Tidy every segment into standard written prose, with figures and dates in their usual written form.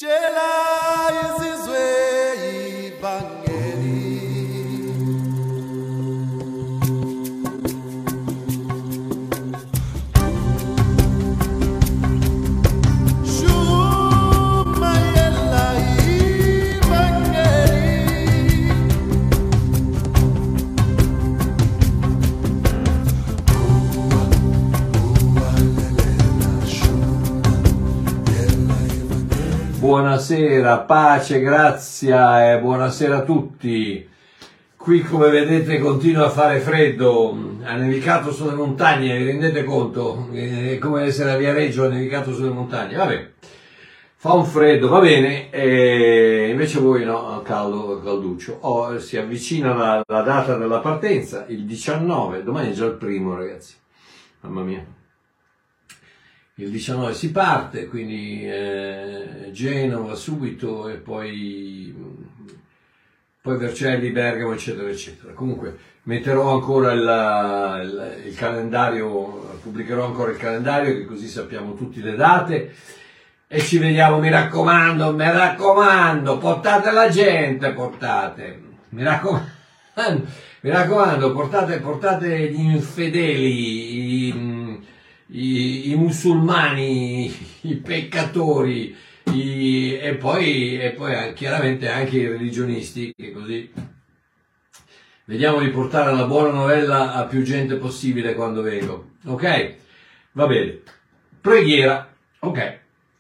Buonasera, pace, grazia e buonasera a tutti. Qui, come vedete, continua a fare freddo, ha nevicato sulle montagne, vi rendete conto? È come essere a Viareggio, ha nevicato sulle montagne. Vabbè, fa un freddo, va bene, e invece voi no, calduccio. Si avvicina la data della partenza, il 19, domani è già il primo, ragazzi, mamma mia. Il 19 si parte, quindi Genova subito e poi Vercelli, Bergamo, eccetera, eccetera. Comunque metterò ancora il calendario, pubblicherò ancora il calendario, che così sappiamo tutte le date e ci vediamo, mi raccomando, portate la gente, mi raccomando, portate gli infedeli, i musulmani, i peccatori, e poi chiaramente anche i religionisti, che così vediamo di portare la buona novella a più gente possibile quando vengo. Ok? Va bene. Preghiera. Ok.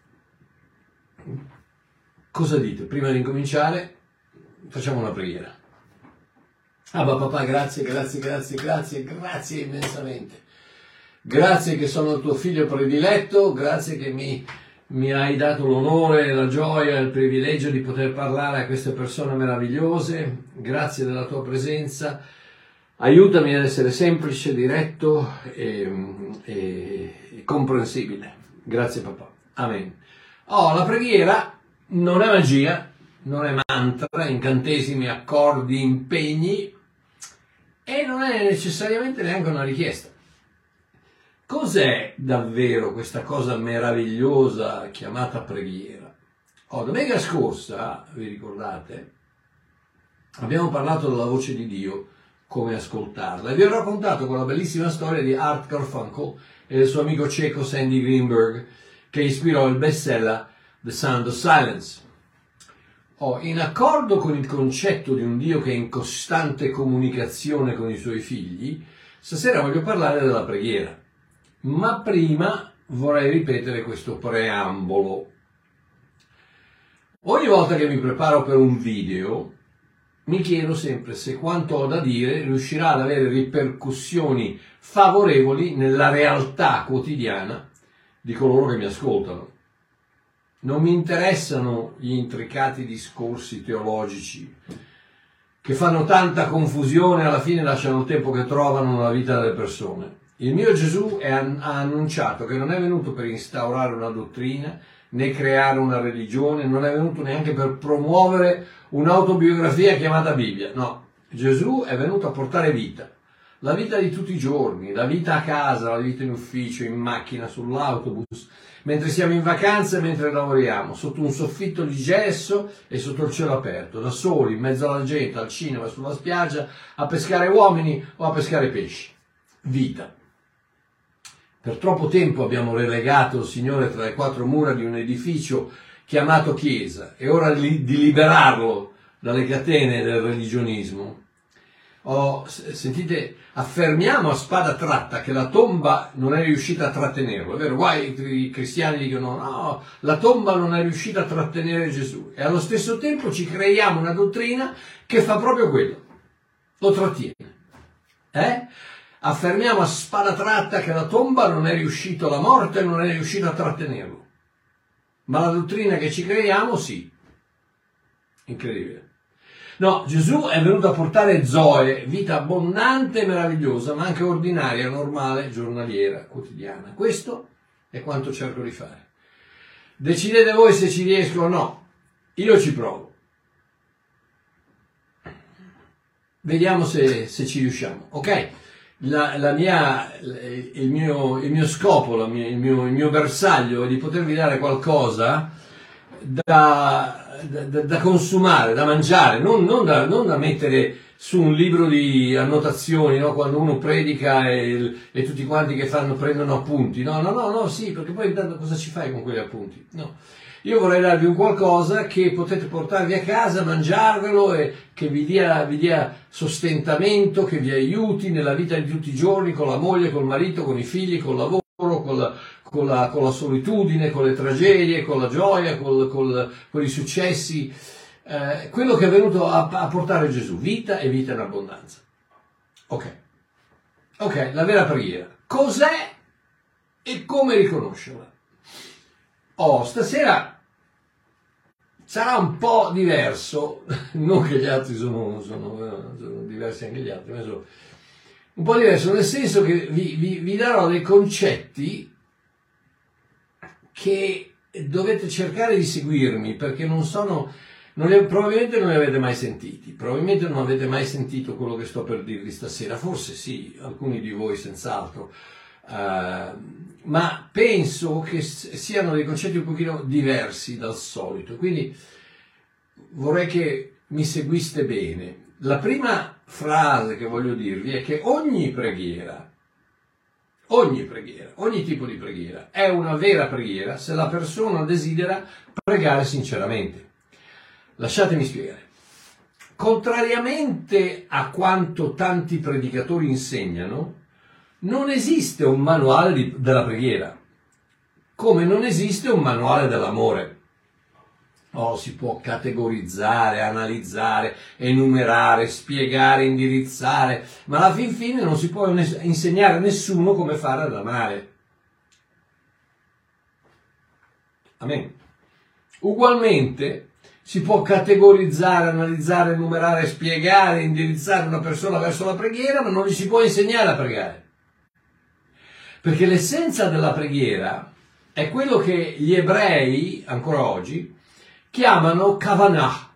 Cosa dite? Prima di incominciare facciamo una preghiera. Abba papà, grazie immensamente. Grazie che sono il tuo figlio prediletto, grazie che mi hai dato l'onore, la gioia e il privilegio di poter parlare a queste persone meravigliose. Grazie della tua presenza. Aiutami ad essere semplice, diretto e comprensibile. Grazie papà. Amen. La preghiera non è magia, non è mantra, incantesimi, accordi, impegni e non è necessariamente neanche una richiesta. Cos'è davvero questa cosa meravigliosa chiamata preghiera? Domenica scorsa, vi ricordate, abbiamo parlato della voce di Dio, come ascoltarla, e vi ho raccontato quella bellissima storia di Art Garfunkel e del suo amico ceco Sandy Greenberg, che ispirò il bestseller The Sound of Silence. In accordo con il concetto di un Dio che è in costante comunicazione con i suoi figli, stasera voglio parlare della preghiera. Ma prima vorrei ripetere questo preambolo. Ogni volta che mi preparo per un video, mi chiedo sempre se quanto ho da dire riuscirà ad avere ripercussioni favorevoli nella realtà quotidiana di coloro che mi ascoltano. Non mi interessano gli intricati discorsi teologici che fanno tanta confusione e alla fine lasciano il tempo che trovano nella vita delle persone. Il mio Gesù ha annunciato che non è venuto per instaurare una dottrina, né creare una religione, non è venuto neanche per promuovere un'autobiografia chiamata Bibbia. No, Gesù è venuto a portare vita. La vita di tutti i giorni, la vita a casa, la vita in ufficio, in macchina, sull'autobus, mentre siamo in vacanza e mentre lavoriamo, sotto un soffitto di gesso e sotto il cielo aperto, da soli, in mezzo alla gente, al cinema, sulla spiaggia, a pescare uomini o a pescare pesci. Vita. Per troppo tempo abbiamo relegato il Signore tra le quattro mura di un edificio chiamato Chiesa. È ora di liberarlo dalle catene del religionismo. Sentite, affermiamo a spada tratta che la tomba non è riuscita a trattenerlo. È vero, guai i cristiani dicono no, la tomba non è riuscita a trattenere Gesù. E allo stesso tempo ci creiamo una dottrina che fa proprio quello. Lo trattiene. Affermiamo a spada tratta che la tomba non è riuscita, la morte non è riuscita a trattenerlo. Ma la dottrina che ci creiamo, sì. Incredibile. No, Gesù è venuto a portare Zoe, vita abbondante e meravigliosa, ma anche ordinaria, normale, giornaliera, quotidiana. Questo è quanto cerco di fare. Decidete voi se ci riesco o no. Io ci provo. Vediamo se ci riusciamo. Ok? Il mio scopo, il mio bersaglio è di potervi dare qualcosa da consumare, da mangiare, non da mettere su un libro di annotazioni, no? Quando uno predica e tutti quanti che prendono appunti. No, sì, perché poi intanto cosa ci fai con quegli appunti? No. Io vorrei darvi un qualcosa che potete portarvi a casa, mangiarvelo e che vi dia sostentamento, che vi aiuti nella vita di tutti i giorni, con la moglie, col marito, con i figli, col lavoro, con la solitudine, con le tragedie, con la gioia, con i successi. Quello che è venuto a portare Gesù, vita e vita in abbondanza. Ok, la vera preghiera. Cos'è e come riconoscerla? Stasera sarà un po' diverso, non che gli altri sono diversi anche gli altri, ma sono un po' diverso, nel senso che vi darò dei concetti che dovete cercare di seguirmi, perché probabilmente non li avete mai sentiti, probabilmente non avete mai sentito quello che sto per dirvi stasera, forse sì, alcuni di voi senz'altro, ma penso che siano dei concetti un pochino diversi dal solito, quindi vorrei che mi seguiste bene. La prima frase che voglio dirvi è che ogni preghiera, ogni tipo di preghiera è una vera preghiera se la persona desidera pregare sinceramente. Lasciatemi spiegare. Contrariamente a quanto tanti predicatori insegnano, non esiste un manuale della preghiera, come non esiste un manuale dell'amore. Si può categorizzare, analizzare, enumerare, spiegare, indirizzare, ma alla fin fine non si può insegnare a nessuno come fare ad amare. Amen. Ugualmente si può categorizzare, analizzare, enumerare, spiegare, indirizzare una persona verso la preghiera, ma non gli si può insegnare a pregare. Perché l'essenza della preghiera è quello che gli ebrei, ancora oggi, chiamano kavanah,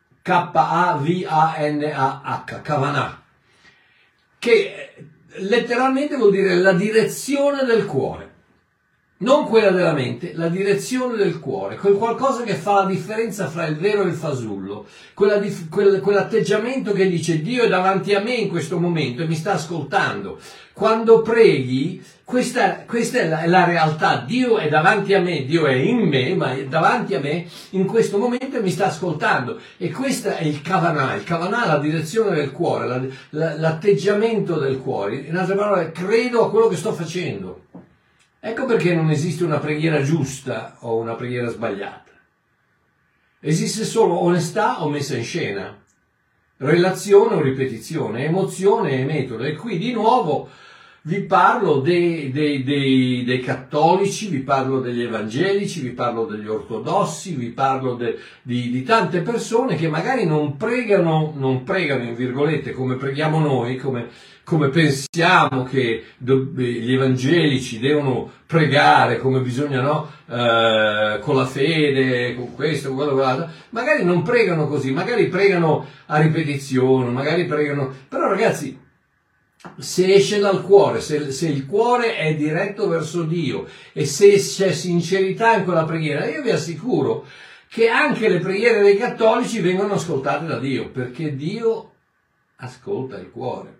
K-A-V-A-N-A-H, kavanah, che letteralmente vuol dire la direzione del cuore. Non quella della mente, la direzione del cuore, quel qualcosa che fa la differenza fra il vero e il fasullo, quell'atteggiamento che dice Dio è davanti a me in questo momento e mi sta ascoltando. Quando preghi, questa è la realtà, Dio è davanti a me, Dio è in me, ma è davanti a me in questo momento e mi sta ascoltando. E questo è il kavanah è la direzione del cuore, l'atteggiamento del cuore. In altre parole, credo a quello che sto facendo. Ecco perché non esiste una preghiera giusta o una preghiera sbagliata. Esiste solo onestà o messa in scena, relazione o ripetizione, emozione e metodo. E qui di nuovo vi parlo dei cattolici, vi parlo degli evangelici, vi parlo degli ortodossi, vi parlo di tante persone che magari non pregano in virgolette come preghiamo noi, come pensiamo che gli evangelici devono pregare, come bisogna, no? Con la fede, con questo, con quello, con l'altro. Magari non pregano così, magari pregano a ripetizione, magari pregano. Però ragazzi, se esce dal cuore, se il cuore è diretto verso Dio e se c'è sincerità in quella preghiera, io vi assicuro che anche le preghiere dei cattolici vengono ascoltate da Dio, perché Dio ascolta il cuore.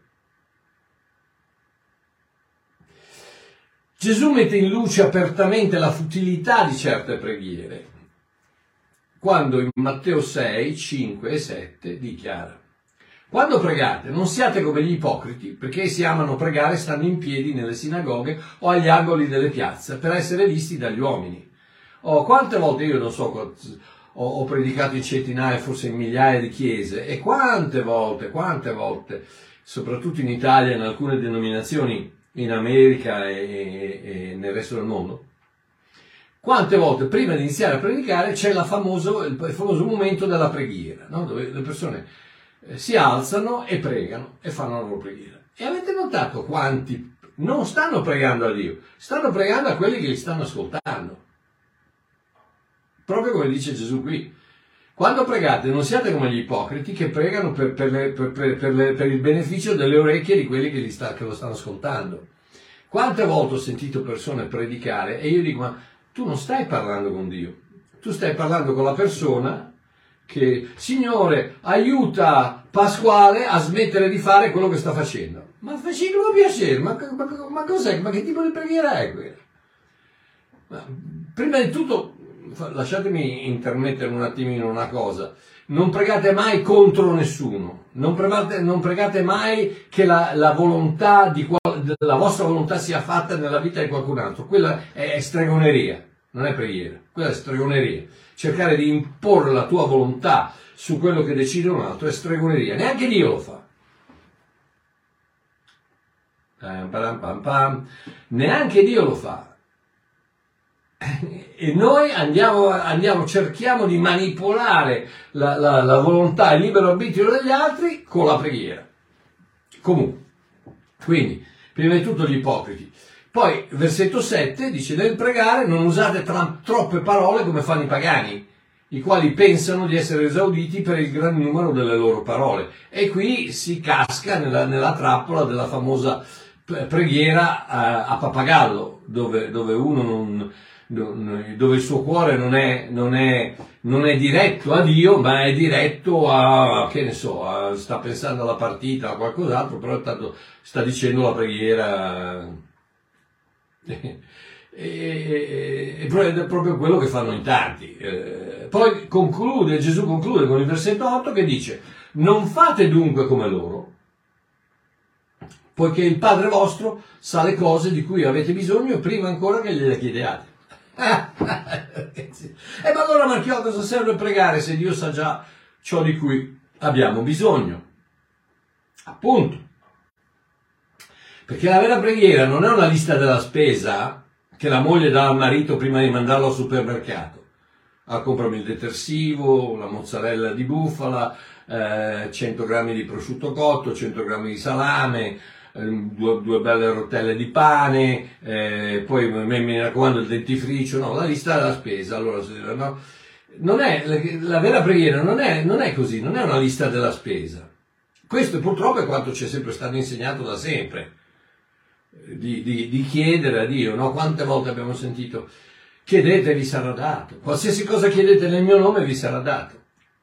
Gesù mette in luce apertamente la futilità di certe preghiere, quando in Matteo 6, 5 e 7 dichiara: quando pregate non siate come gli ipocriti, perché essi amano pregare stando in piedi nelle sinagoghe o agli angoli delle piazze, per essere visti dagli uomini. Quante volte, io non so, ho predicato in centinaia, forse in migliaia di chiese, e quante volte, soprattutto in Italia, in alcune denominazioni, in America e nel resto del mondo, quante volte prima di iniziare a predicare c'è il famoso momento della preghiera, no? Dove le persone si alzano e pregano e fanno la loro preghiera. E avete notato quanti non stanno pregando a Dio, stanno pregando a quelli che li stanno ascoltando, proprio come dice Gesù qui. Quando pregate non siate come gli ipocriti che pregano per il beneficio delle orecchie di quelli che lo stanno ascoltando. Quante volte ho sentito persone predicare e io dico: ma tu non stai parlando con Dio, Tu stai parlando con la persona che, Signore, aiuta Pasquale a smettere di fare quello che sta facendo. Ma facilo piacere, ma cos'è? Ma che tipo di preghiera è quella? Ma, prima di tutto, lasciatemi intermettere un attimino una cosa. Non pregate mai contro nessuno, non pregate mai che la volontà la vostra volontà sia fatta nella vita di qualcun altro. Quella è stregoneria, non è preghiera, quella è stregoneria. Cercare di imporre la tua volontà su quello che decide un altro è stregoneria, neanche Dio lo fa. Neanche Dio lo fa. E noi cerchiamo di manipolare la volontà e il libero arbitrio degli altri con la preghiera. Comunque, quindi, prima di tutto gli ipocriti. Poi, versetto 7 dice: nel pregare non usate troppe parole come fanno i pagani, i quali pensano di essere esauditi per il gran numero delle loro parole. E qui si casca nella trappola della famosa preghiera a pappagallo, dove uno dove il suo cuore non è diretto a Dio, ma è diretto che ne so, sta pensando alla partita o qualcos'altro, però intanto sta dicendo la preghiera. È proprio quello che fanno in tanti. Poi Gesù conclude con il versetto 8 che dice: non fate dunque come loro, poiché il Padre vostro sa le cose di cui avete bisogno prima ancora che gliele chiediate. Ma allora, Marchiò, cosa serve pregare se Dio sa già ciò di cui abbiamo bisogno? Appunto, perché la vera preghiera non è una lista della spesa che la moglie dà al marito prima di mandarlo al supermercato. Comprami il detersivo, la mozzarella di bufala, 100 grammi di prosciutto cotto, 100 grammi di salame, due belle rotelle di pane, poi mi raccomando il dentifricio. No, la lista della spesa. Allora, no, non è la vera preghiera, non è così, non è una lista della spesa. Questo purtroppo è quanto ci è sempre stato insegnato da sempre, di chiedere a Dio, no? Quante volte abbiamo sentito: chiedete e vi sarà dato, qualsiasi cosa chiedete nel mio nome vi sarà dato.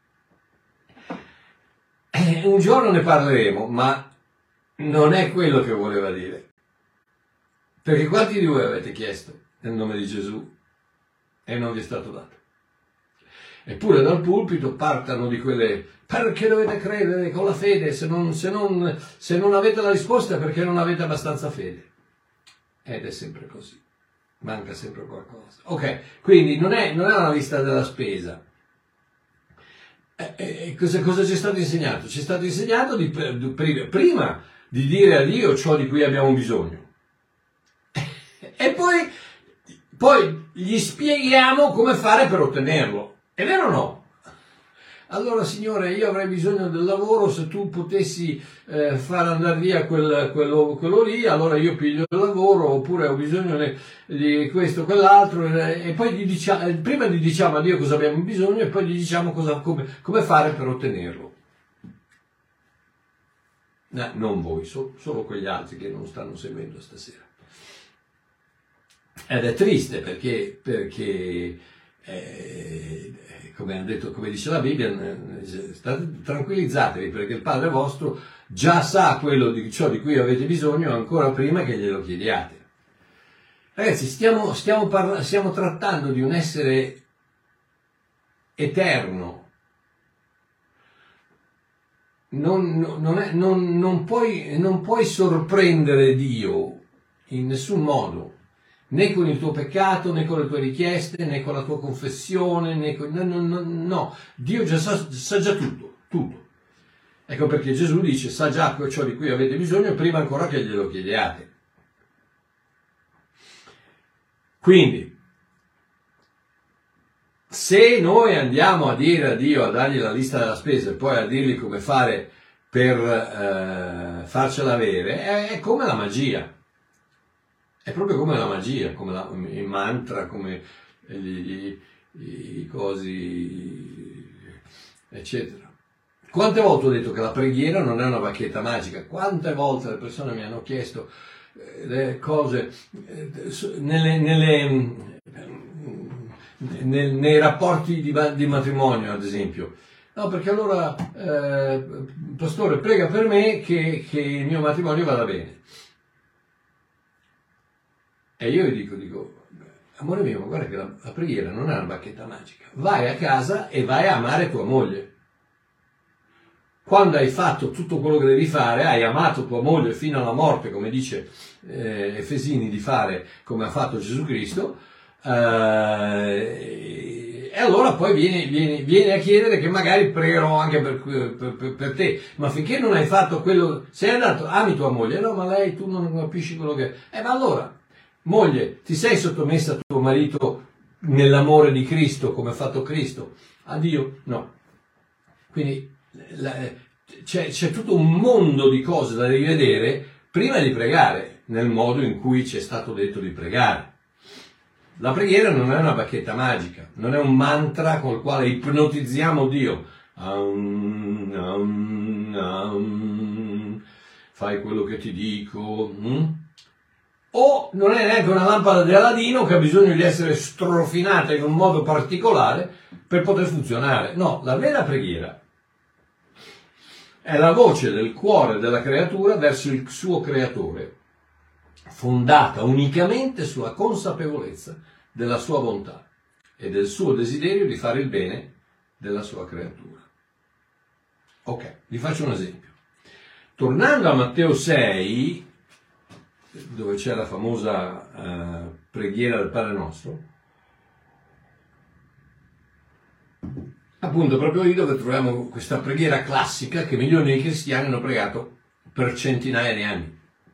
Un giorno ne parleremo, ma non è quello che voleva dire. Perché quanti di voi avete chiesto nel nome di Gesù e non vi è stato dato? Eppure dal pulpito partano di quelle: perché dovete credere con la fede, se non avete la risposta è perché non avete abbastanza fede. Ed è sempre così, manca sempre qualcosa. Ok, quindi non è una lista della spesa. Cosa ci è stato insegnato? Ci è stato insegnato prima di dire a Dio ciò di cui abbiamo bisogno. E poi gli spieghiamo come fare per ottenerlo. È vero o no? Allora, Signore, io avrei bisogno del lavoro, se tu potessi far andare via quello lì, allora io piglio il lavoro, oppure ho bisogno di questo o quell'altro, e poi prima gli diciamo a Dio cosa abbiamo bisogno e poi gli diciamo come fare per ottenerlo. No, non voi, solo quegli altri che non stanno seguendo stasera. Ed è triste perché come dice la Bibbia, state tranquillizzatevi, perché il Padre vostro già sa ciò di cui avete bisogno ancora prima che glielo chiediate. Ragazzi, stiamo trattando di un essere eterno. Non puoi sorprendere Dio in nessun modo, né con il tuo peccato, né con le tue richieste, né con la tua confessione, no. Dio già sa già tutto. Ecco perché Gesù dice: sa già ciò di cui avete bisogno prima ancora che glielo chiediate. Quindi, se noi andiamo a dire a Dio, a dargli la lista della spesa e poi a dirgli come fare per farcela avere, è come la magia. È proprio come la magia, come i mantra, come i cosi, eccetera. Quante volte ho detto che la preghiera non è una bacchetta magica? Quante volte le persone mi hanno chiesto le cose nei rapporti di matrimonio, ad esempio. No, perché allora, pastore, prega per me che il mio matrimonio vada bene. E io gli dico, amore mio, guarda che la preghiera non è una bacchetta magica. Vai a casa e vai a amare tua moglie. Quando hai fatto tutto quello che devi fare, hai amato tua moglie fino alla morte, come dice Efesini di fare, come ha fatto Gesù Cristo, e allora poi vieni a chiedere che magari pregherò anche per te, ma finché non hai fatto quello, sei andato, ami tua moglie, no, ma lei, tu non capisci quello che è, ma allora, moglie, ti sei sottomessa a tuo marito nell'amore di Cristo, come ha fatto Cristo, a Dio? No. Quindi c'è tutto un mondo di cose da rivedere prima di pregare, nel modo in cui ci è stato detto di pregare. La preghiera non è una bacchetta magica, non è un mantra col quale ipnotizziamo Dio. Fai quello che ti dico. O non è neanche una lampada di Aladino che ha bisogno di essere strofinata in un modo particolare per poter funzionare. No, la vera preghiera è la voce del cuore della creatura verso il suo creatore, fondata unicamente sulla consapevolezza della sua bontà e del suo desiderio di fare il bene della sua creatura. Ok, vi faccio un esempio. Tornando a Matteo 6, dove c'è la famosa preghiera del Padre Nostro, appunto proprio lì dove troviamo questa preghiera classica che milioni di cristiani hanno pregato per centinaia di anni.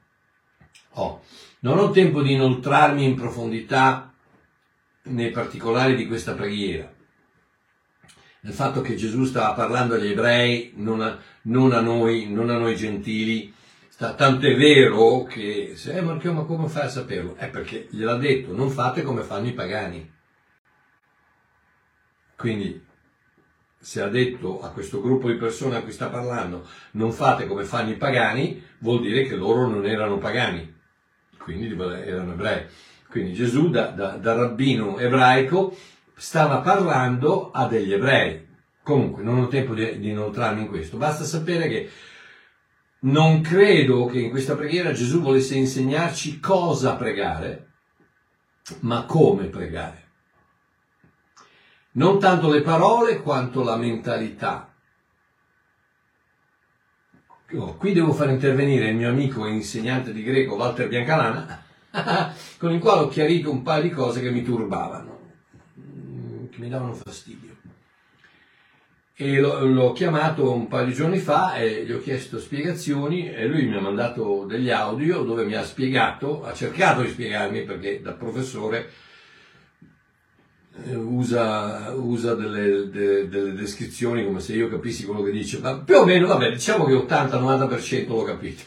Non ho tempo di inoltrarmi in profondità nei particolari di questa preghiera, nel fatto che Gesù stava parlando agli ebrei, non a noi gentili. Tanto è vero che, ma come fai a saperlo? È perché gliel'ha detto, non fate come fanno i pagani. Quindi, se ha detto a questo gruppo di persone a cui sta parlando, non fate come fanno i pagani, vuol dire che loro non erano pagani, quindi erano ebrei. Quindi Gesù, da rabbino ebraico, stava parlando a degli ebrei. Comunque, non ho tempo di inoltrarmi in questo, basta sapere che non credo che in questa preghiera Gesù volesse insegnarci cosa pregare, ma come pregare. Non tanto le parole quanto la mentalità. Qui devo far intervenire il mio amico e insegnante di greco Walter Biancalana, con il quale ho chiarito un paio di cose che mi turbavano, che mi davano fastidio. E l'ho chiamato un paio di giorni fa e gli ho chiesto spiegazioni e lui mi ha mandato degli audio dove mi ha spiegato, ha cercato di spiegarmi, perché da professore usa delle descrizioni come se io capissi quello che dice, ma più o meno, vabbè, diciamo che 80-90% l'ho capito.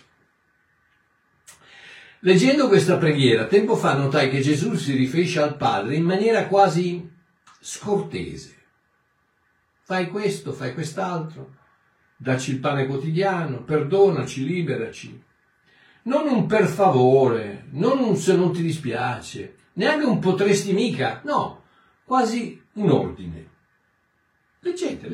Leggendo questa preghiera, tempo fa notai che Gesù si riferisce al Padre in maniera quasi scortese. Fai questo, fai quest'altro, dacci il pane quotidiano, perdonaci, liberaci. Non un per favore, non un se non ti dispiace, neanche un potresti mica, no, quasi un ordine. Leggete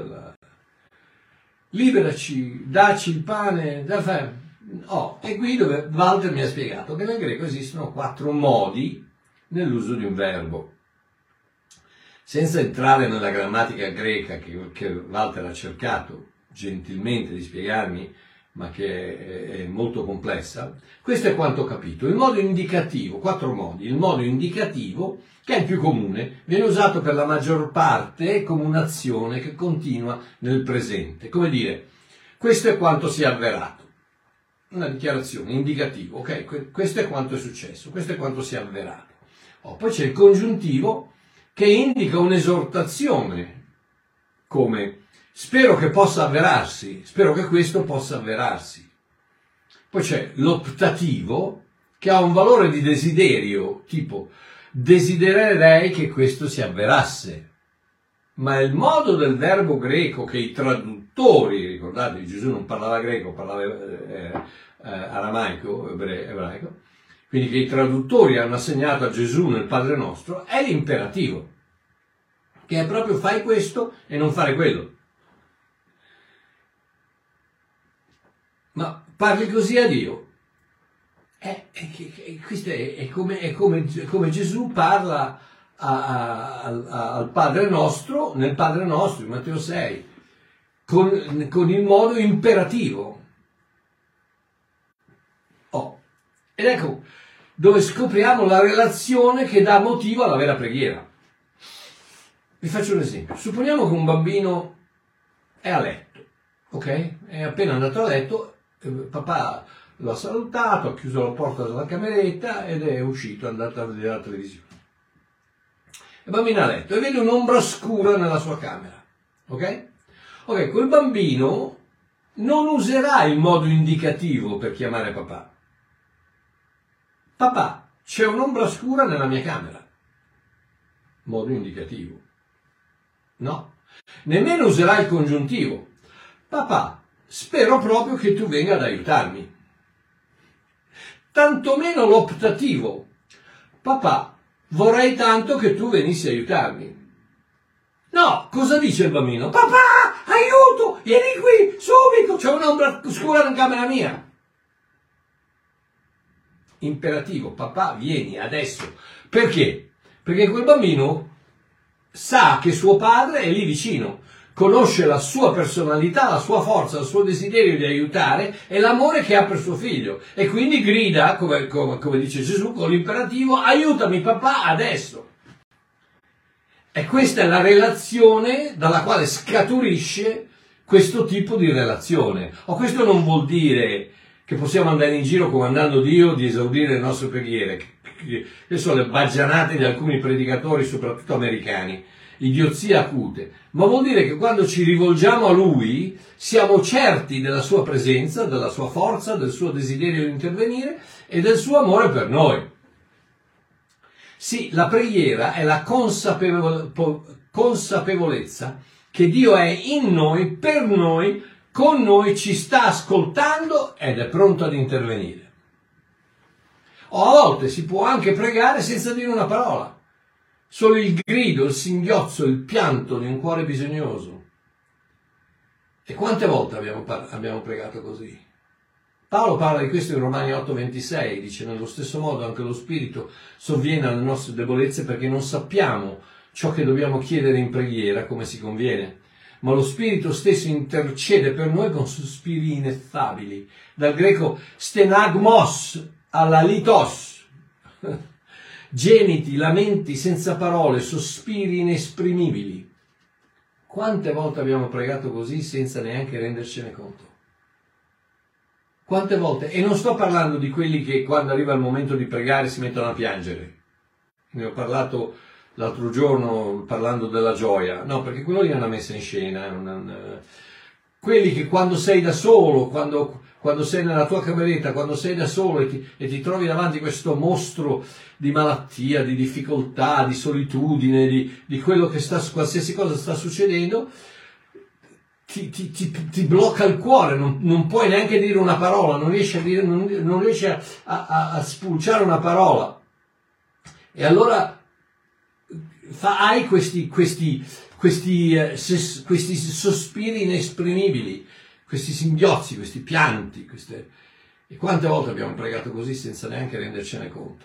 liberaci, dacci il pane, e qui dove Walter mi ha spiegato che nel greco esistono 4 modi nell'uso di un verbo. Senza entrare nella grammatica greca che Walter ha cercato gentilmente di spiegarmi, ma che è molto complessa, questo è quanto ho capito. Il modo indicativo, 4 modi, il modo indicativo, che è il più comune, viene usato per la maggior parte come un'azione che continua nel presente. Come dire, questo è quanto si è avverato. Una dichiarazione, indicativo, ok? Questo è quanto è successo, questo è quanto si è avverato. Poi c'è il congiuntivo, che indica un'esortazione, come spero che possa avverarsi, spero che questo possa avverarsi. Poi c'è l'optativo, che ha un valore di desiderio, tipo desidererei che questo si avverasse. Ma il modo del verbo greco che i traduttori, ricordate, Gesù non parlava greco, parlava aramaico, ebraico, quindi che i traduttori hanno assegnato a Gesù nel Padre Nostro, è l'imperativo. che è proprio fai questo e non fare quello. Ma parli così a Dio. Questo è come Gesù parla al Padre nostro, nel Padre nostro, in Matteo 6, con il modo imperativo. Ed ecco dove scopriamo la relazione che dà motivo alla vera preghiera. Vi faccio un esempio. Supponiamo che un bambino è a letto, ok? È appena andato a letto, papà lo ha salutato, ha chiuso la porta della cameretta ed è uscito, è andato a vedere la televisione. Il bambino è a letto e vede un'ombra scura nella sua camera, ok? Ok, quel bambino non userà il modo indicativo per chiamare papà. Papà, c'è un'ombra scura nella mia camera. Modo indicativo. No. Nemmeno userà il congiuntivo. Papà, spero proprio che tu venga ad aiutarmi. Tantomeno l'optativo. Papà, vorrei tanto che tu venissi a aiutarmi. No, cosa dice il bambino? Papà, aiuto, vieni qui, subito, c'è un'ombra scura nella camera mia. Imperativo, papà, vieni adesso. Perché? Perché quel bambino sa che suo padre è lì vicino, conosce la sua personalità, la sua forza, il suo desiderio di aiutare e l'amore che ha per suo figlio e quindi grida, come dice Gesù, con l'imperativo: aiutami papà adesso. E questa è la relazione dalla quale scaturisce questo tipo di relazione. Questo non vuol dire che possiamo andare in giro comandando Dio di esaudire le nostre preghiere, che sono le baggianate di alcuni predicatori, soprattutto americani, idiozia acute, ma vuol dire che quando ci rivolgiamo a Lui siamo certi della Sua presenza, della Sua forza, del Suo desiderio di intervenire e del Suo amore per noi. Sì, la preghiera è la consapevolezza che Dio è in noi, per noi, con noi, ci sta ascoltando ed è pronto ad intervenire. A volte si può anche pregare senza dire una parola. Solo il grido, il singhiozzo, il pianto di un cuore bisognoso. E quante volte abbiamo pregato così? Paolo parla di questo in Romani 8,26, dice: nello stesso modo anche lo Spirito sovviene alle nostre debolezze perché non sappiamo ciò che dobbiamo chiedere in preghiera come si conviene, ma lo Spirito stesso intercede per noi con sospiri ineffabili. Dal greco stenagmos alla litos. Gemiti, lamenti senza parole, sospiri inesprimibili. Quante volte abbiamo pregato così senza neanche rendercene conto? Quante volte? E non sto parlando di quelli che quando arriva il momento di pregare si mettono a piangere. Ne ho parlato l'altro giorno parlando della gioia. No, perché quello lì è una messa in scena. Quelli che quando sei da solo, quando sei nella tua cameretta, quando sei da solo e ti trovi davanti questo mostro di malattia, di difficoltà, di solitudine, di quello che qualsiasi cosa sta succedendo, ti blocca il cuore, non puoi neanche dire una parola, non riesci a spulciare una parola. E allora hai questi sospiri inesprimibili, questi singhiozzi, questi pianti, E quante volte abbiamo pregato così senza neanche rendercene conto?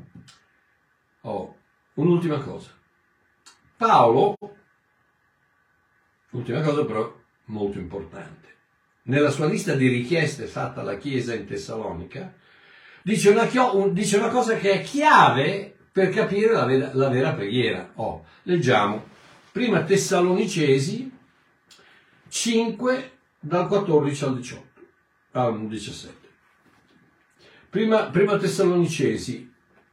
Un'ultima cosa. Paolo, ultima cosa però molto importante, nella sua lista di richieste fatta alla Chiesa in Tessalonica, dice una cosa che è chiave per capire la vera preghiera. Leggiamo Prima Tessalonicesi 5, dal 14 al 18, al 17. Prima Tessalonicesi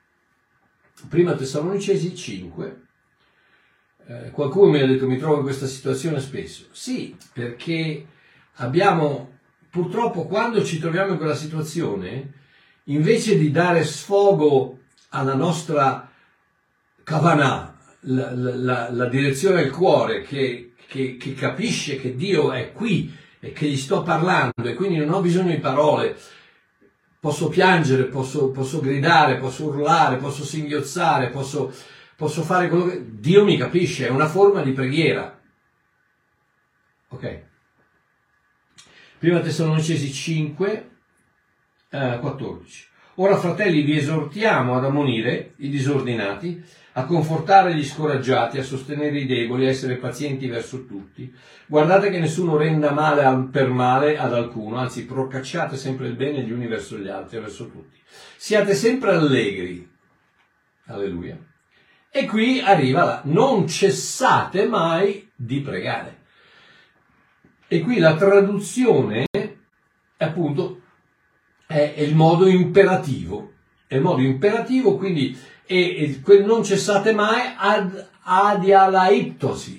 5, qualcuno mi ha detto: mi trovo in questa situazione spesso. Sì, perché purtroppo quando ci troviamo in quella situazione, invece di dare sfogo alla nostra kavanah, la direzione del cuore che capisce che Dio è qui e che gli sto parlando e quindi non ho bisogno di parole, posso piangere, posso gridare, posso urlare, posso singhiozzare, posso posso fare quello che... Dio mi capisce, è una forma di preghiera. Ok. Prima Tessalonicesi 5, 14. Ora, fratelli, vi esortiamo ad ammonire i disordinati, a confortare gli scoraggiati, a sostenere i deboli, a essere pazienti verso tutti. Guardate che nessuno renda male per male ad alcuno, anzi procacciate sempre il bene gli uni verso gli altri e verso tutti. Siate sempre allegri. Alleluia. E qui arriva la non cessate mai di pregare. E qui la traduzione appunto è il modo imperativo. È il modo imperativo, quindi quel non cessate mai adialaiptos,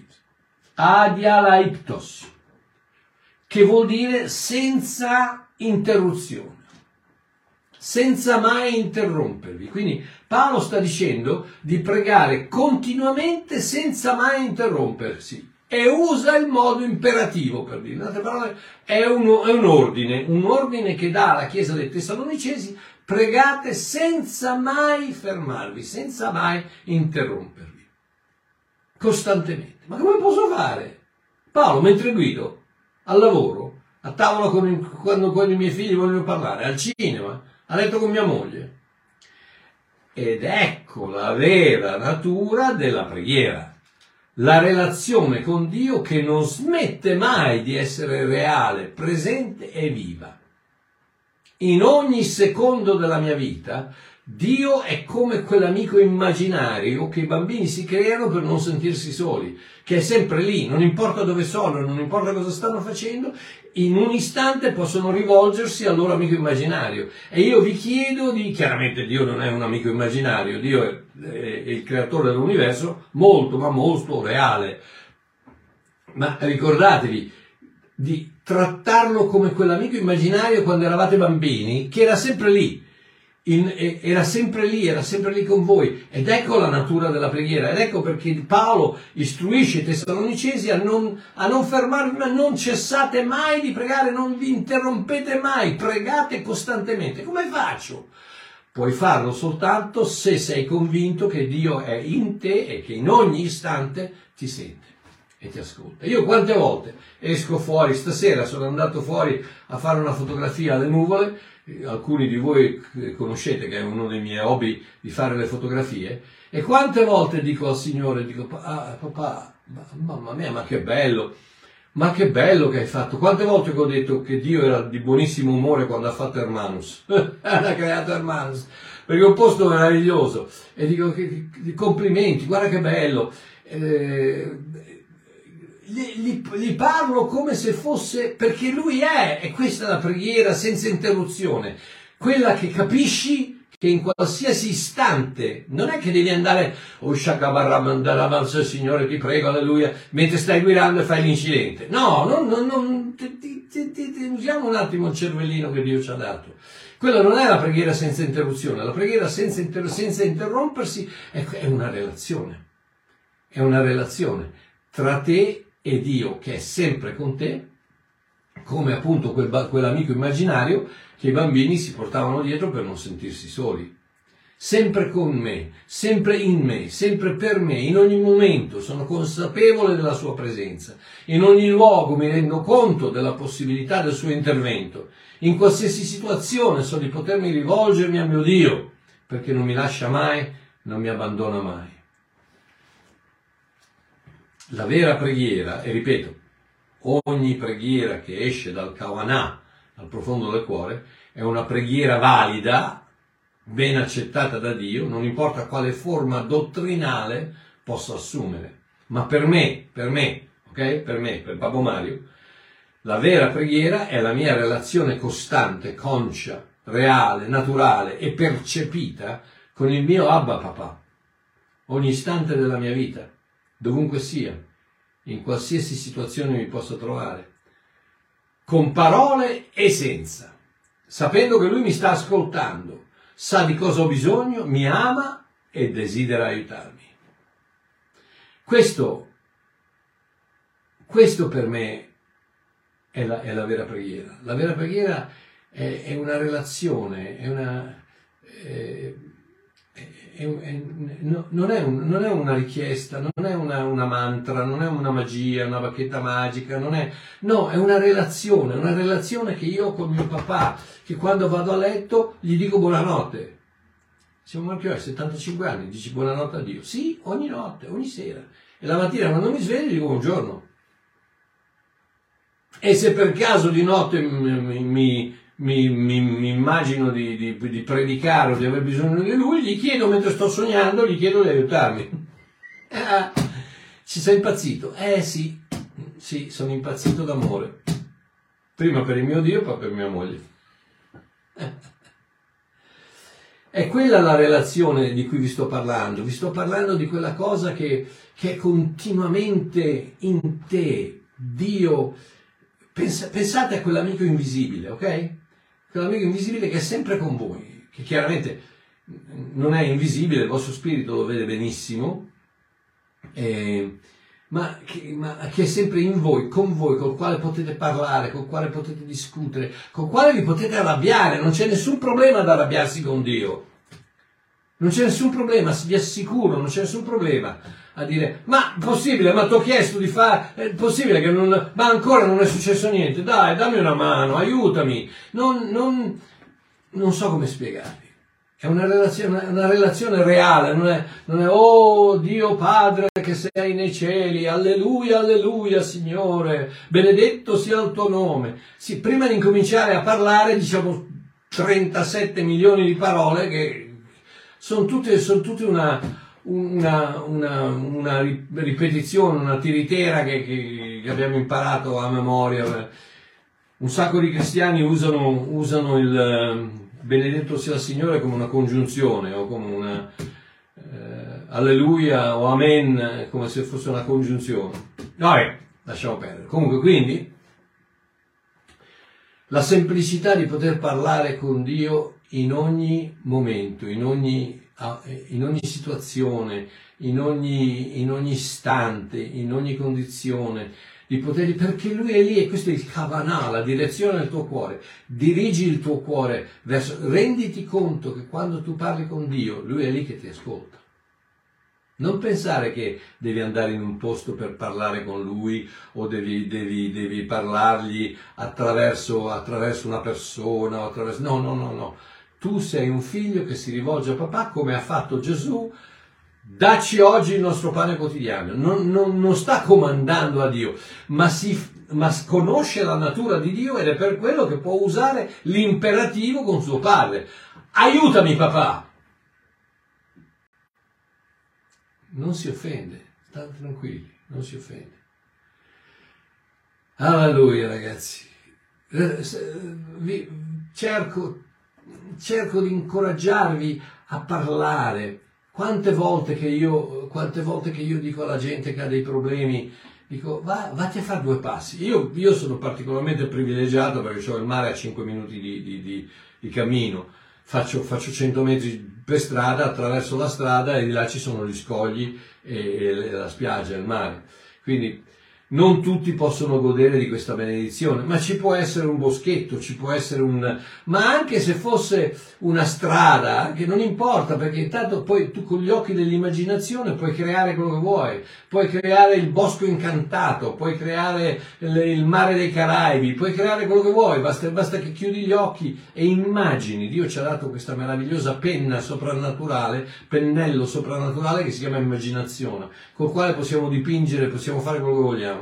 che vuol dire senza interruzione, senza mai interrompervi. Quindi Paolo sta dicendo di pregare continuamente senza mai interrompersi. E usa il modo imperativo per dire. In altre parole, è un ordine che dà alla Chiesa dei Tessalonicesi: pregate senza mai fermarvi, senza mai interrompervi, costantemente. Ma come posso fare? Paolo, mentre guido, al lavoro, a tavola quando i miei figli vogliono parlare, al cinema, a letto con mia moglie. Ed ecco la vera natura della preghiera. La relazione con Dio che non smette mai di essere reale, presente e viva. In ogni secondo della mia vita, Dio è come quell'amico immaginario che i bambini si creano per non sentirsi soli, che è sempre lì, non importa dove sono, non importa cosa stanno facendo, in un istante possono rivolgersi al loro amico immaginario. E io vi chiedo chiaramente Dio non è un amico immaginario, Dio è il creatore dell'universo, molto ma molto reale. Ma ricordatevi di trattarlo come quell'amico immaginario quando eravate bambini, che era sempre lì. Era sempre lì con voi, ed ecco la natura della preghiera, ed ecco perché Paolo istruisce i Tessalonicesi a non fermarvi, ma non cessate mai di pregare, non vi interrompete mai, pregate costantemente. Come faccio? Puoi farlo soltanto se sei convinto che Dio è in te e che in ogni istante ti sente e ti ascolta. Io quante volte esco fuori, stasera sono andato fuori a fare una fotografia alle nuvole. Alcuni di voi conoscete che è uno dei miei hobby di fare le fotografie, e quante volte dico al Signore, papà, mamma mia, ma che bello che hai fatto. Quante volte che ho detto che Dio era di buonissimo umore quando ha fatto Hermanus, ha creato Hermanus, perché è un posto meraviglioso, e dico complimenti, guarda che bello. Gli parlo come se fosse, perché lui è, e questa è la preghiera senza interruzione, quella che capisci che in qualsiasi istante, non è che devi andare, Signore ti prego, alleluia, mentre stai guidando e fai l'incidente. No, usiamo un attimo il cervellino che Dio ci ha dato. Quella non è la preghiera senza interruzione, la preghiera senza interrompersi è una relazione. È una relazione tra te e Dio che è sempre con te, come appunto quell'amico immaginario che i bambini si portavano dietro per non sentirsi soli. Sempre con me, sempre per me, in ogni momento sono consapevole della sua presenza, in ogni luogo mi rendo conto della possibilità del suo intervento, in qualsiasi situazione so di potermi rivolgermi a mio Dio, perché non mi lascia mai, non mi abbandona mai. La vera preghiera, e ripeto, ogni preghiera che esce dal Kavanah, dal profondo del cuore, è una preghiera valida, ben accettata da Dio, non importa quale forma dottrinale possa assumere. Ma per me, ok? Per Babbo Mario, la vera preghiera è la mia relazione costante, conscia, reale, naturale e percepita con il mio Abba Papà, ogni istante della mia vita, dovunque sia, in qualsiasi situazione mi possa trovare, con parole e senza, sapendo che Lui mi sta ascoltando, sa di cosa ho bisogno, mi ama e desidera aiutarmi. Questo per me è la vera preghiera. La vera preghiera è una relazione, non è una richiesta, non è una mantra, non è una magia, una bacchetta magica, no, è una relazione che io ho con mio papà, che quando vado a letto gli dico buonanotte. Siamo Marchio, 75 anni, dici buonanotte a Dio? Sì, ogni notte, ogni sera. E la mattina quando mi sveglio gli dico buongiorno. E se per caso di notte mi immagino di predicare o di aver bisogno di lui, gli chiedo mentre sto sognando, gli chiedo di aiutarmi. Ci sei impazzito? Sì, sono impazzito d'amore. Prima per il mio Dio, poi per mia moglie. È quella la relazione di cui vi sto parlando. Vi sto parlando di quella cosa che è continuamente in te. Dio, pensate a quell'amico invisibile, ok? Quell'amico invisibile che è sempre con voi, che chiaramente non è invisibile, il vostro spirito lo vede benissimo, ma che è sempre in voi, col quale potete parlare, col quale potete discutere, col quale vi potete arrabbiare. Non c'è nessun problema ad arrabbiarsi con Dio. Non c'è nessun problema, vi assicuro, non c'è nessun problema a dire ma possibile, ma ti ho chiesto di fare, è possibile che ma ancora non è successo niente, dai, dammi una mano, aiutami. Non so come spiegarvi. È una relazione reale, non è oh Dio Padre che sei nei cieli, alleluia, alleluia Signore, benedetto sia il tuo nome. Sì, prima di incominciare a parlare diciamo 37 milioni di parole che sono tutte una ripetizione, una tiritera che abbiamo imparato a memoria. Un sacco di cristiani usano il benedetto sia il Signore come una congiunzione o come una alleluia o amen, come se fosse una congiunzione. Vabbè, lasciamo perdere. Comunque, quindi, la semplicità di poter parlare con Dio in ogni momento, in ogni situazione, in ogni istante, in ogni condizione, di poter, perché Lui è lì e questo è il Kavanah, la direzione del tuo cuore. Dirigi il tuo cuore renditi conto che quando tu parli con Dio, Lui è lì che ti ascolta. Non pensare che devi andare in un posto per parlare con Lui o devi parlargli attraverso una persona o attraverso... No. Tu sei un figlio che si rivolge a papà come ha fatto Gesù. Dacci oggi il nostro pane quotidiano. Non sta comandando a Dio, ma conosce la natura di Dio ed è per quello che può usare l'imperativo con suo padre. Aiutami papà! Non si offende, state tranquilli, non si offende. Alleluia ragazzi. Cerco di incoraggiarvi a parlare. Quante volte che io dico alla gente che ha dei problemi, dico vatti a fare 2 passi. Io sono particolarmente privilegiato perché ho il mare a 5 minuti di cammino. Faccio 100 metri per strada, attraverso la strada e di là ci sono gli scogli e la spiaggia, il mare. Quindi non tutti possono godere di questa benedizione, ma ci può essere un boschetto, ci può essere ma anche se fosse una strada, che non importa, perché intanto poi tu con gli occhi dell'immaginazione puoi creare quello che vuoi, puoi creare il bosco incantato, puoi creare il mare dei Caraibi, puoi creare quello che vuoi, basta che chiudi gli occhi e immagini. Dio ci ha dato questa meravigliosa pennello soprannaturale che si chiama immaginazione, col quale possiamo dipingere, possiamo fare quello che vogliamo.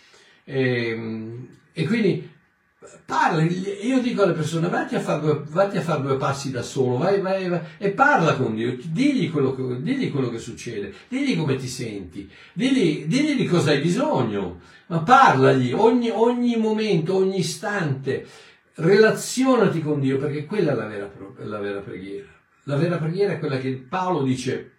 E quindi parli, io dico alle persone vatti a fare 2 passi da solo, vai e parla con Dio, digli quello che succede, digli come ti senti, digli di cosa hai bisogno, ma parlagli ogni momento, ogni istante, relazionati con Dio, perché quella è la vera preghiera. La vera preghiera è quella che Paolo dice: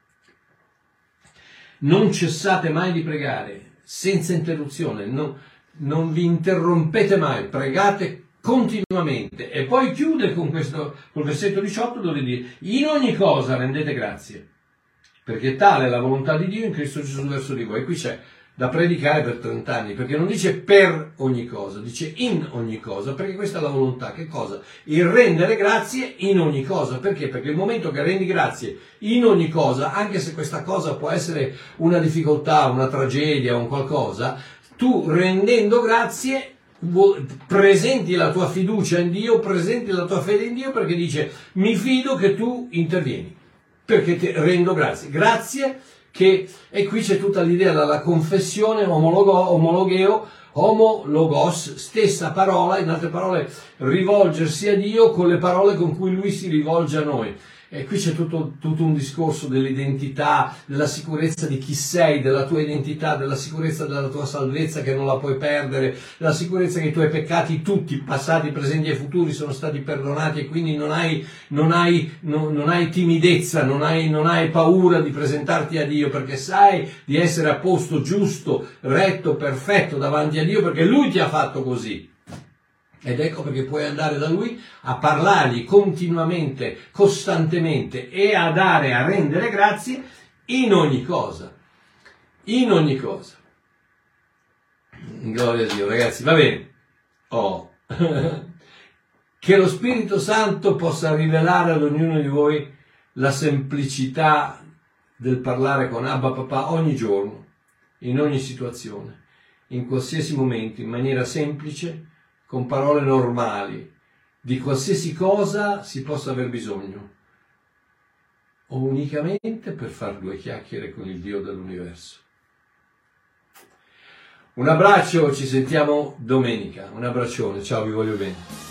non cessate mai di pregare senza interruzione, non vi interrompete mai, pregate continuamente. E poi chiude col versetto 18 dove dice: in ogni cosa rendete grazie, perché tale è la volontà di Dio in Cristo Gesù verso di voi. E qui c'è da predicare per 30 anni, perché non dice per ogni cosa, dice in ogni cosa, perché questa è la volontà. Che cosa? Il rendere grazie in ogni cosa. Perché? Perché il momento che rendi grazie in ogni cosa, anche se questa cosa può essere una difficoltà, una tragedia, un qualcosa, tu rendendo grazie presenti la tua fiducia in Dio, presenti la tua fede in Dio, perché dice mi fido che tu intervieni, perché ti rendo grazie. Grazie e qui c'è tutta l'idea della confessione, omologeo, homologos, stessa parola, in altre parole rivolgersi a Dio con le parole con cui Lui si rivolge a noi. E qui c'è tutto un discorso dell'identità, della sicurezza di chi sei, della tua identità, della sicurezza della tua salvezza che non la puoi perdere, della sicurezza che i tuoi peccati tutti, passati, presenti e futuri, sono stati perdonati e quindi non hai timidezza, non hai paura di presentarti a Dio, perché sai di essere a posto giusto, retto, perfetto davanti a Dio, perché Lui ti ha fatto così. Ed ecco perché puoi andare da Lui a parlargli continuamente, costantemente e a rendere grazie in ogni cosa. In ogni cosa. Gloria a Dio, ragazzi, va bene. Che lo Spirito Santo possa rivelare ad ognuno di voi la semplicità del parlare con Abba Papà ogni giorno, in ogni situazione, in qualsiasi momento, in maniera semplice, con parole normali, di qualsiasi cosa si possa aver bisogno, o unicamente per far 2 chiacchiere con il Dio dell'universo. Un abbraccio, ci sentiamo domenica. Un abbraccione, ciao, vi voglio bene.